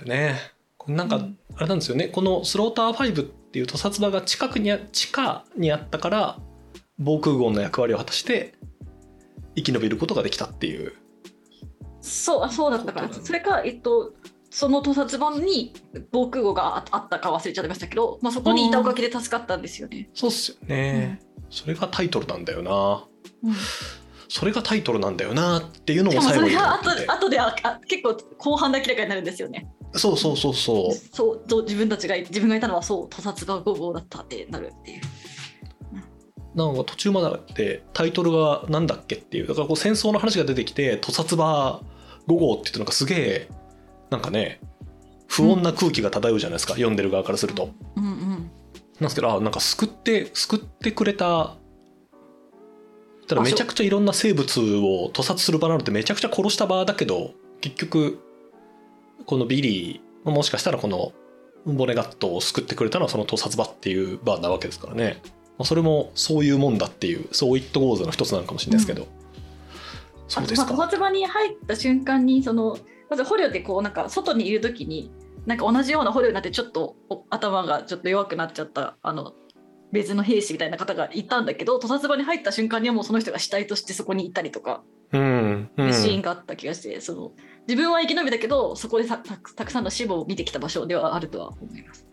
れね。なんかあれなんですよね、このスローター5っていう屠殺場が地下にあったから防空壕の役割を果たして生き延びることができたっていう。 そうだったかな。それかその屠殺場に防空壕があったか忘れちゃいましたけど、まあ、そこにいたおかげで助かったんですよね。 そうっすよね、それがタイトルなんだよな、それがタイトルなんだよなっていうのも最後に言ってて、 それが後で結構後半で明らかになるんですよね。 そう自分がいたのは屠殺場5号だったってなるっていう。 なんか途中までタイトルがなんだっけっていう、だからこう戦争の話が出てきて屠殺場5号って言ってなんかすげえなんかね不穏な空気が漂うじゃないですか、読んでる側からすると、なんですけどなんか救ってくれた。ただめちゃくちゃいろんな生物を屠殺する場なのでめちゃくちゃ殺した場だけど、結局このビリーもしかしたらこのボネガットを救ってくれたのはその屠殺場っていう場なわけですからね。それもそういうもんだっていう、そういったゴーズの一つなのかもしれないですけど、そうですか。 屠殺場に入った瞬間にまず捕虜ってこうなんか外にいる時になんか同じような捕虜になってちょっと頭がちょっと弱くなっちゃった別の兵士みたいな方がいたんだけど、屠殺場に入った瞬間にはもうその人が死体としてそこにいたりとかシーンがあった気がして、自分は生き延びたけどそこでたくさんの死亡を見てきた場所ではあるとは思います。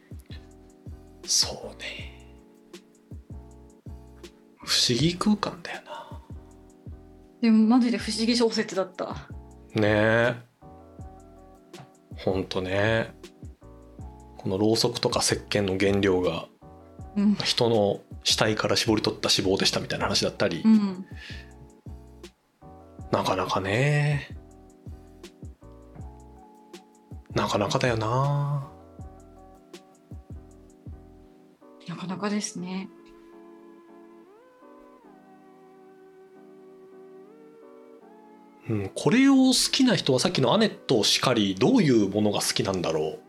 そうね、不思議空間だよな。 でもマジで不思議小説だったねえ、ほんとね。このろうそくとか石鹸の原料が人の死体から絞り取った脂肪でしたみたいな話だったり、なかなかね、なかなかだよな。 なかなかですね。 これを好きな人はさっきのアネットしかりどういうものが好きなんだろう。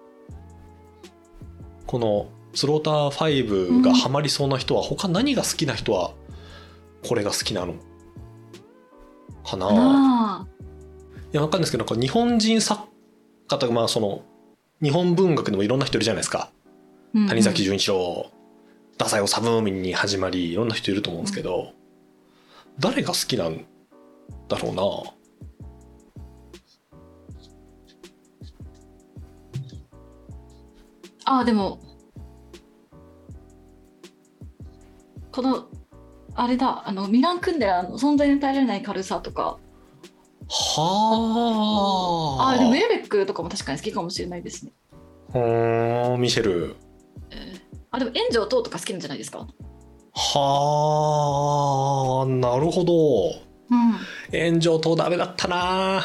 このスローター5がハマりそうな人は他何が好きな人はこれが好きなのかな。いやわかんないですけど、なんか日本人作家とかまあその日本文学でもいろんな人いるじゃないですか、谷崎潤一郎、太宰治に始まりいろんな人いると思うんですけど、誰が好きなんだろうな。でもこのあれだ、ミラン・クンデラの存在に耐えられない軽さとか、 はあ。 でもエレベックとかも確かに好きかもしれないですね。 ミシェル、 でも炎上等とか好きなんじゃないですか。 はあ、なるほど。炎上等ダメだったな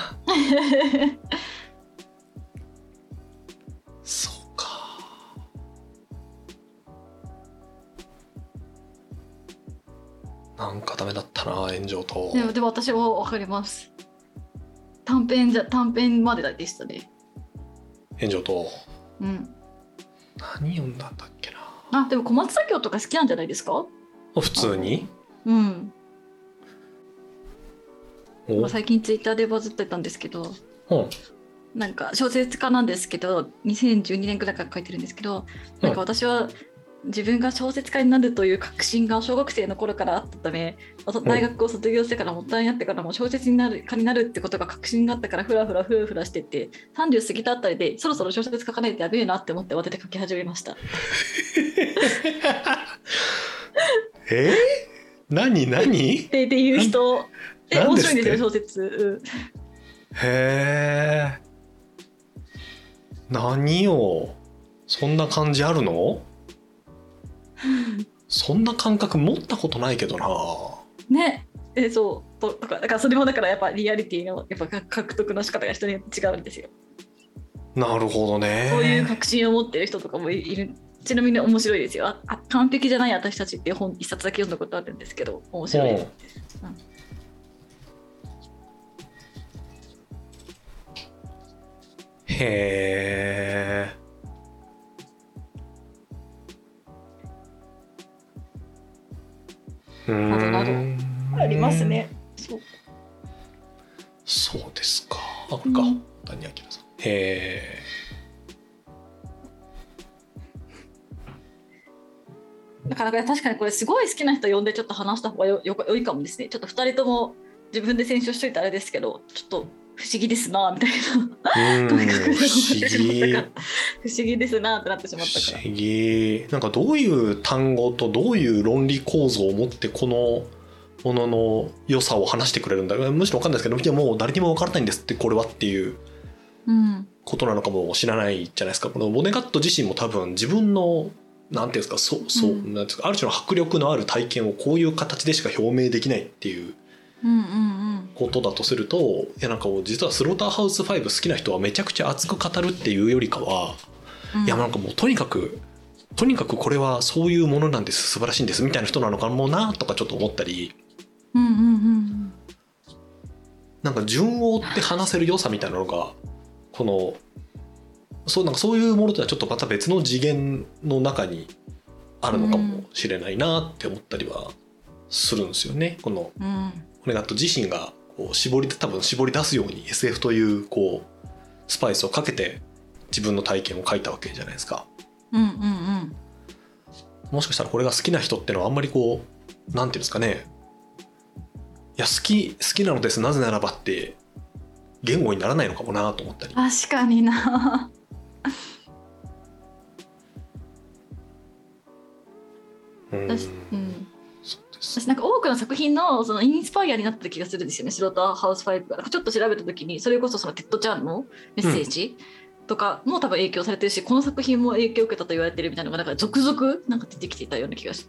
そうか。なんかダメだったな炎上等。 でも私は分かります。短編まででしたね。 炎上等。 何読んだんだっけな。 でも小松左京とか好きなんじゃないですか。 普通に。 最近ツイッターでバズってたんですけど、なんか小説家なんですけど2012年くらいから書いてるんですけど、なんか私は自分が小説家になるという確信が小学生の頃からあったため、大学を卒業してからも大人になってからも小説家になるってことが確信があったからふらふらしてて、30過ぎたあたりでそろそろ小説書かないとやべえなって思って慌てて書き始めました。 何っていう人面白いんですよ小説。 へえ、何よ、そんな感じあるのそんな感覚持ったことないけどな。 ね、そうとか、だからそれもだからやっぱリアリティのやっぱ獲得の仕方が人によって違うんですよ。 なるほどね。 そういう確信を持ってる人とかもいる。ちなみに面白いですよ。完璧じゃない私たちっていう本一冊だけ読んだことあるんですけど面白いです。 へー。などなどありますね。 そうですか。これか、谷明さん。 へだから確かにこれすごい好きな人呼んでちょっと話した方が良いかもですね。ちょっと2人とも自分で選手しといてあれですけど、ちょっと不思議ですなみたいな。不思議ですなってなってしまったから。 不思議。なんかどういう単語とどういう論理構造を持ってこのものの良さを話してくれるんだ。むしろ分かんないですけど、いやもう誰にも分からないんですってこれはっていうことなのかも知らないじゃないですか。このボネガット自身も多分自分のなんていうんですか、なんですか、ある種の迫力のある体験をこういう形でしか表明できないっていうことだとすると、いやなんか実はスローターハウス5好きな人はめちゃくちゃ熱く語るっていうよりかは、いやなんかもうとにかくこれはそういうものなんです、素晴らしいんですみたいな人なのかもなとかちょっと思ったり、なんか順を追って話せる良さみたいなのがこのなんかそういうものとはちょっとまた別の次元の中にあるのかもしれないなって思ったりはするんですよね。このホネガット自身がこう多分絞り出すように SF というこうスパイスをかけて自分の体験を書いたわけじゃないですか。もしかしたらこれが好きな人ってのはあんまりこうなんていうんですかね、いや好きなのです、なぜならばって言語にならないのかもなと思ったり。 確かにな。私なんか多くの作品のそのインスパイアになった気がするんですよね、スローターハウス5が。ちょっと調べた時にそれこそそのテッドちゃんのメッセージとかも多分影響されてるし、この作品も影響を受けたと言われてるみたいなのがなんか続々なんか出てきていたような気がして、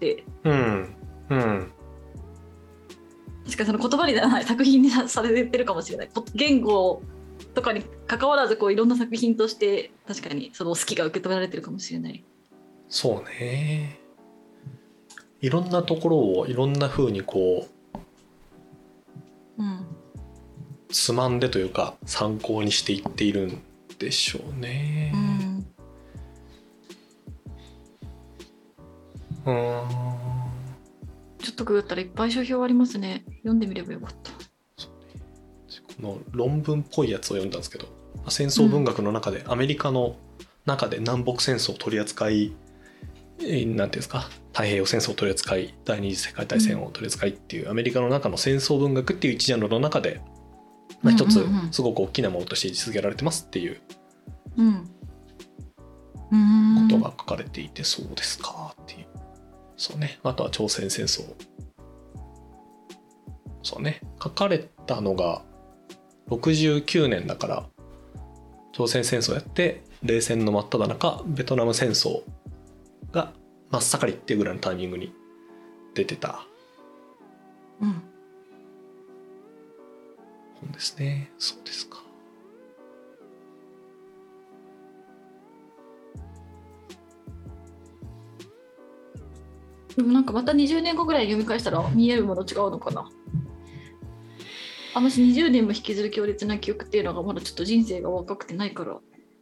確かにその言葉にならない作品にされてるかもしれない。言語とかに関わらずこういろんな作品として確かにその好きが受け止められてるかもしれない。 そうね、いろんなところをいろんな風にこう、つまんでというか参考にしていっているんでしょうね。 ちょっとググったらいっぱい書評ありますね。読んでみればよかった。 この論文っぽいやつを読んだんですけど、戦争文学の中で、アメリカの中で南北戦争を取り扱い、なんていうんですか、太平洋戦争を取り扱い、第二次世界大戦を取り扱いっていう、アメリカの中の戦争文学っていう一ジャンルの中で、一つすごく大きなものとして位置づけられてますっていうことが書かれていて、そうですかっていう。そうね、あとは朝鮮戦争、そうね、書かれたのが69年だから、朝鮮戦争やって冷戦の真っ只中、ベトナム戦争が真っ盛りっていうぐらいのタイミングに出てた本ですね。そうですか。 でもなんかまた20年後ぐらい読み返したら見えるもの違うのかな。私20年も引きずる強烈な記憶っていうのがまだちょっと人生が若くてないから、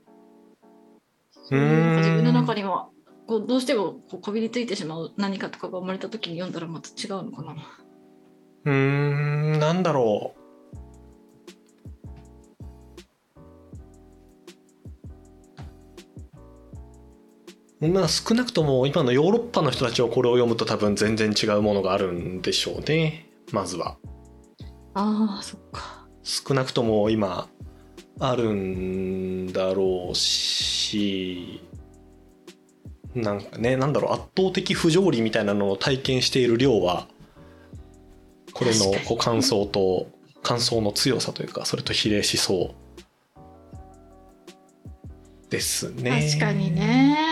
なんか自分の中にはこうどうしてもこびりついてしまう何かとかが生まれた時に読んだらまた違うのかな。 なんだろう。まあ少なくとも今のヨーロッパの人たちをこれを読むと多分全然違うものがあるんでしょうね。まずは。 そっか。 少なくとも今あるんだろうし、なんかね、なんだろう、圧倒的不条理みたいなのを体験している量はこれのこう感想の強さというか、それと比例しそうですね。 確かにね。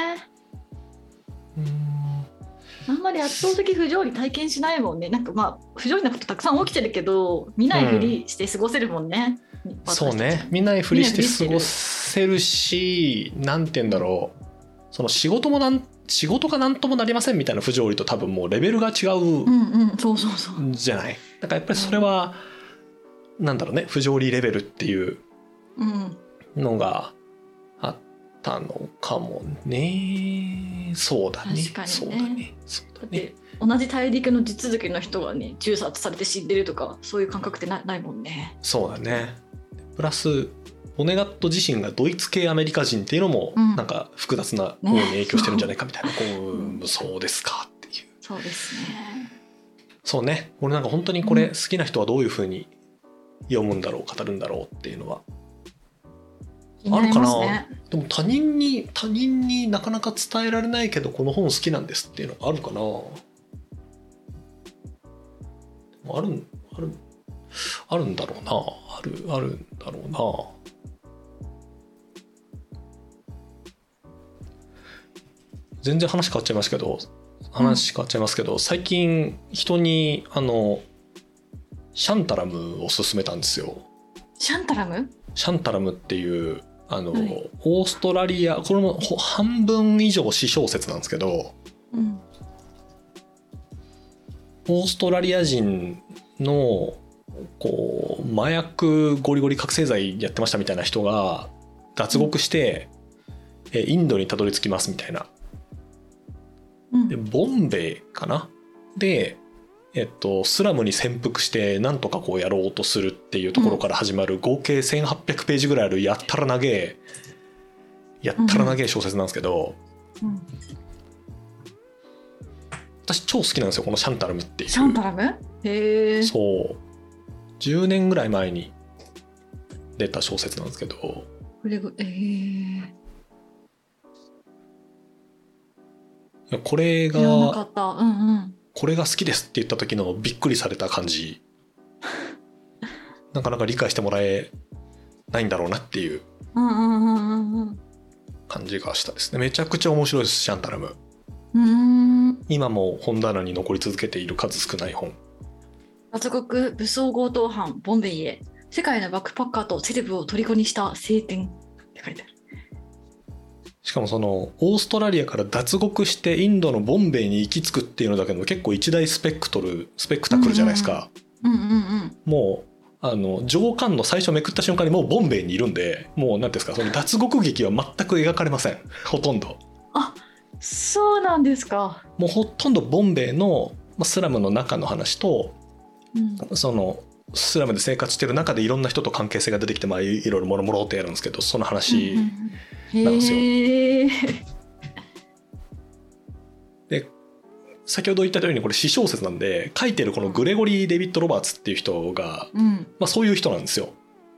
あんまり圧倒的不条理体験しないもんね。なんかまあ不条理なことたくさん起きてるけど、見ないふりして過ごせるもんね。 そうね、見ないふりして過ごせるし、なんて言うんだろう、その仕事がなんともなりませんみたいな不条理と多分もうレベルが違うじゃない。だからやっぱりそれは、なんだろうね、不条理レベルっていうのがあったのかもね。そうだね。 確かにね。 そうだね。 だって同じ大陸の地続きの人がね銃殺されて死んでるとかそういう感覚ってないもんね。 そうだね。プラスボネガット自身がドイツ系アメリカ人っていうのもなんか複雑な方に影響してるんじゃないかみたいな、そうですかっていう。 そうですね。 そうね、俺なんか本当にこれ好きな人はどういう風に読むんだろう語るんだろうっていうのはあるかな。でも他人になかなか伝えられないけどこの本好きなんですっていうのがあるかな。あるんだろうな。あるんだろうな。全然話変わっちゃいますけど、最近人にシャンタラムを勧めたんですよ。 シャンタラムっていうオーストラリア、これも半分以上私小説なんですけど、オーストラリア人のこう麻薬ゴリゴリ覚醒剤やってましたみたいな人が脱獄して、インドにたどり着きますみたいな。でボンベイかなで、スラムに潜伏してなんとかこうやろうとするっていうところから始まる合計1800ページぐらいあるやったら長え小説なんですけど、私超好きなんですよこのシャンタラムっていう。 シャンタラム？へえ。 そう10年ぐらい前に出た小説なんですけど、これが好きですって言った時のびっくりされた感じなかなか理解してもらえないんだろうなっていう感じがしたですね。めちゃくちゃ面白いですシャンタラム。今も本棚に残り続けている数少ない本。 脱獄武装強盗犯ボンベイへ、世界のバックパッカーとセレブを虜にした晴天って書いてある。 しかもそのオーストラリアから脱獄してインドのボンベイに行き着くっていうのだけでも結構一大スペクタクルじゃないですか。もう上巻の最初めくった瞬間にもうボンベイにいるんで、もう何ですか、その脱獄劇は全く描かれません。ほとんど。 あ、そうなんですか。 もうほとんどボンベイのスラムの中の話と、そのスラムで生活してる中でいろんな人と関係性が出てきて、いろいろもろもろってやるんですけど、その話なんですよ。で先ほど言ったようにこれ私小説なんで、書いてるこのグレゴリー・デビッド・ロバーツっていう人が、そういう人なんですよ。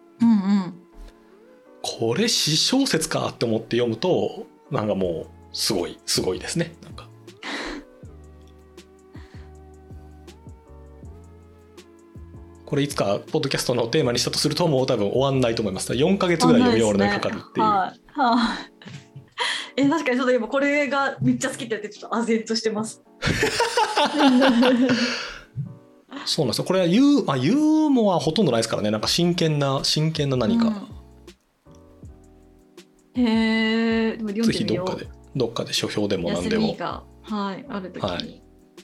これ私小説かって思って読むとなんかもうすごいですね。なんかこれいつかポッドキャストのテーマにしたとするともう多分終わんないと思います。4ヶ月ぐらい読み終わるのにかかるっていう。 確かにちょっと今これがめっちゃ好きって言ってちょっと唖然としてます。 そうなんですよ。これはユーモアほとんどないですからね。なんか真剣な何か。 でもぜひどっかで書評でも何でも。 休みが、ある時に。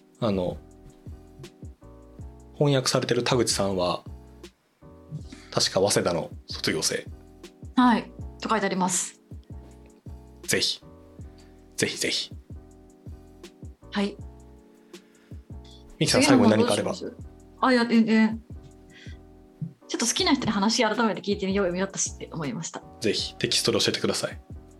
翻訳されてる田口さんは確か早稲田の卒業生。 と書いてあります。 ぜひ。ミキさん最後に何かあれば。 全然。ちょっと好きな人に話改めて聞いてみようとって思いました。 ぜひテキストで教えてください。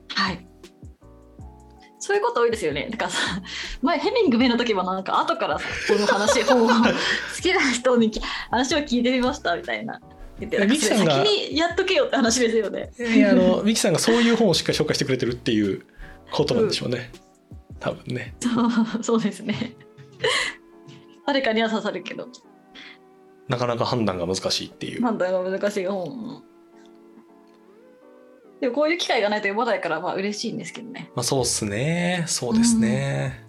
そういうこと多いですよね。だからさ、前ヘミングウェイの時もなんか後からこの本を好きな人に話を聞いてみましたみたいな。ミキさんが先にやっとけよって話ですよね。 ミキさんがそういう本をしっかり紹介してくれてるっていうことなんでしょうね。多分ね。 そうですね。誰かには刺さるけど。 なかなか判断が難しいっていう。 判断が難しい本。でもこういう機会がないと読まないから嬉しいんですけどね。 そうっすね。そうですね。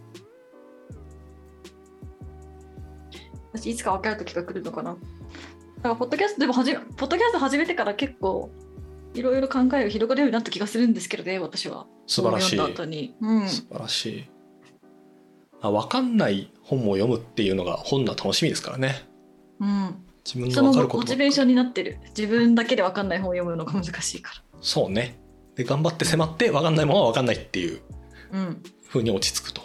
私いつか分かる時が来るのかな。だからポッドキャスト始めてから結構いろいろ考えが広がるようになった気がするんですけどね、私は。 素晴らしい。素晴らしい。分かんない本を読むっていうのが本の楽しみですからね。自分の分かること。 モチベーションになってる。自分だけで分かんない本を読むのが難しいから。 そうね。で頑張って迫って分かんないものは分かんないっていう風に落ち着くと。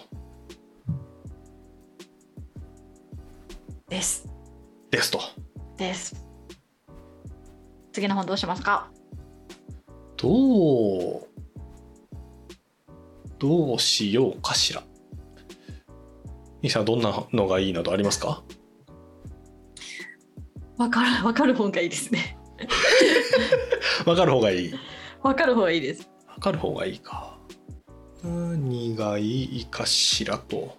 ですと。 次の本どうしますか？ どうしようかしら。西さんどんなのがいいなどありますか？ わかる方がいいですね。 わかる方がいい。 わかる方がいいです。 わかる方がいいか。何がいいかしらと。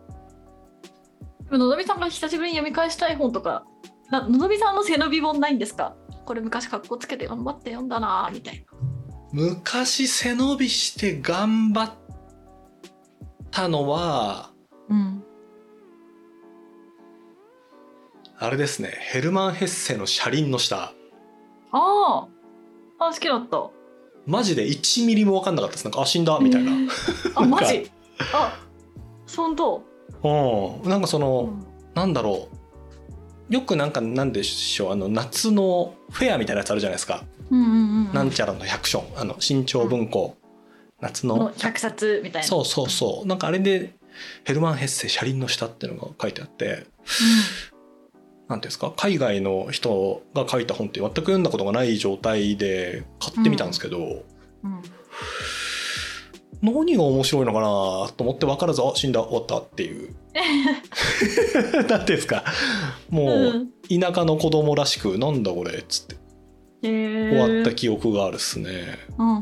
のぞみさんが久しぶりに読み返したい本とか、のぞみさんの背伸び本ないんですか？これ昔かっこつけて頑張って読んだなみたいな。 昔背伸びして頑張ったのは、あれですね、ヘルマン・ヘッセの車輪の下。 好きだった。 マジで1ミリも分かんなかったです。なんか死んだみたいな。 マジ本当。 なんかその、なんだろう、よくなんでしょう、夏のフェアみたいなやつあるじゃないですか。なんちゃらの100ション、新潮文庫、夏の 100冊みたいな。 そうなんかあれでヘルマン・ヘッセ車輪の下っていうのが書いてあって、なんていうんですか、海外の人が書いた本って全く読んだことがない状態で買ってみたんですけど、何が面白いのかなと思って分からず、死んだ、終わったっていうなんていうんですか、もう田舎の子供らしく、なんだこれっつって終わった記憶があるっすね。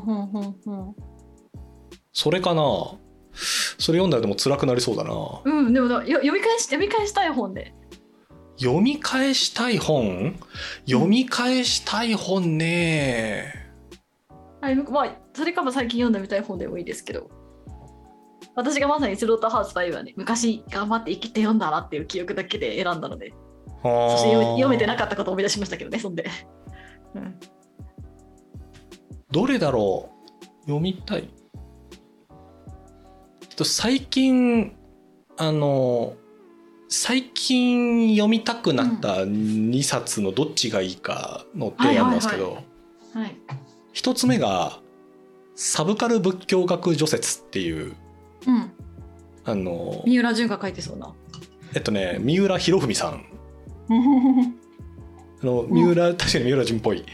それかな。それ読んだらでも辛くなりそうだな。 でも読み返したい本で。 読み返したい本ね。 それかも最近読んでみたい本でもいいですけど、私がまさにスローターハウス5はね、昔頑張って生きて読んだなっていう記憶だけで選んだので、そして読めてなかったことを思い出しましたけどね、そんで。 どれだろう、読みたい。最近読みたくなった2冊のどっちがいいかの提案なんですけど、一つ目がサブカル仏教学除説っていう、 三浦淳が書いてそうな、 三浦博文さん確かに三浦淳っぽい、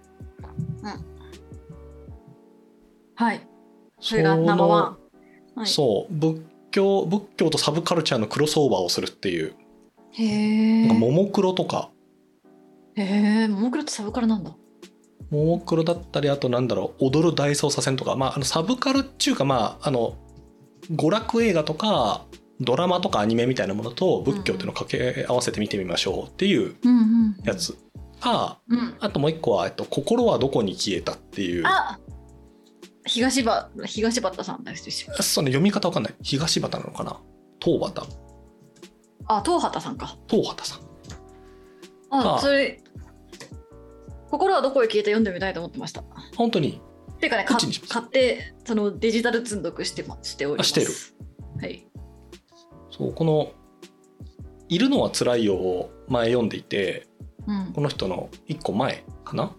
それがナンバーワン。 そう仏教とサブカルチャーのクロスオーバーをするっていう。 なんかももクロとか。 ももクロってサブカルなんだ。 ももクロだったり、あとなんだろう、踊る大捜査線とか、サブカルっていうか、娯楽映画とかドラマとかアニメみたいなものと仏教っていうのを掛け合わせて見てみましょうっていうやつか、あともう一個は、心はどこに消えたっていう。 東畑さんです。 その読み方わかんない。東畑なのかな、東畑。 東畑さんか。 東畑さん。 それ心はどこへ消えた読んでみたいと思ってました。 本当に。 てかね、買ってそのデジタル積読しております。 してる。 はい。 そう、このいるのは辛いよを前読んでいて、この人の一個前かな。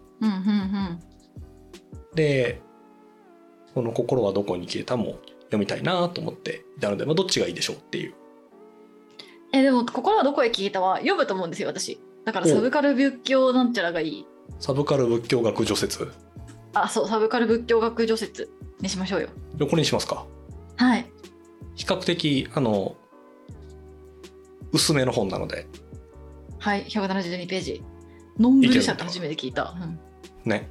で、この心はどこに消えたも読みたいなと思っていたので、どっちがいいでしょうっていう。 でも心はどこへ消えたは読むと思うんですよ、私。だからサブカル仏教なんちゃらがいい。 サブカル仏教学除説。 そう、サブカル仏教学除説にしましょうよ。 これにしますか。 はい。 比較的薄めの本なので。 はい、172ページ。ノンブル社って初めて聞いた。 ね。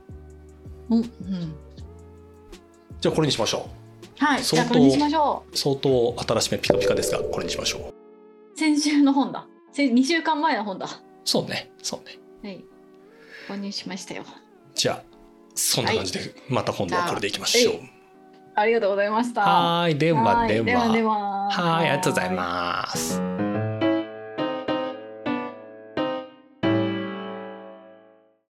じゃあこれにしましょう。はい、じゃあこれにしましょう。相当新しめピカピカですが、これにしましょう。 先週の本だ。2週間前の本だ。 そうね。 はい。購入しましたよ。 じゃあそんな感じで、また今度はこれでいきましょう。 ありがとうございました。 はい、では。 はい、 はい、ありがとうございます。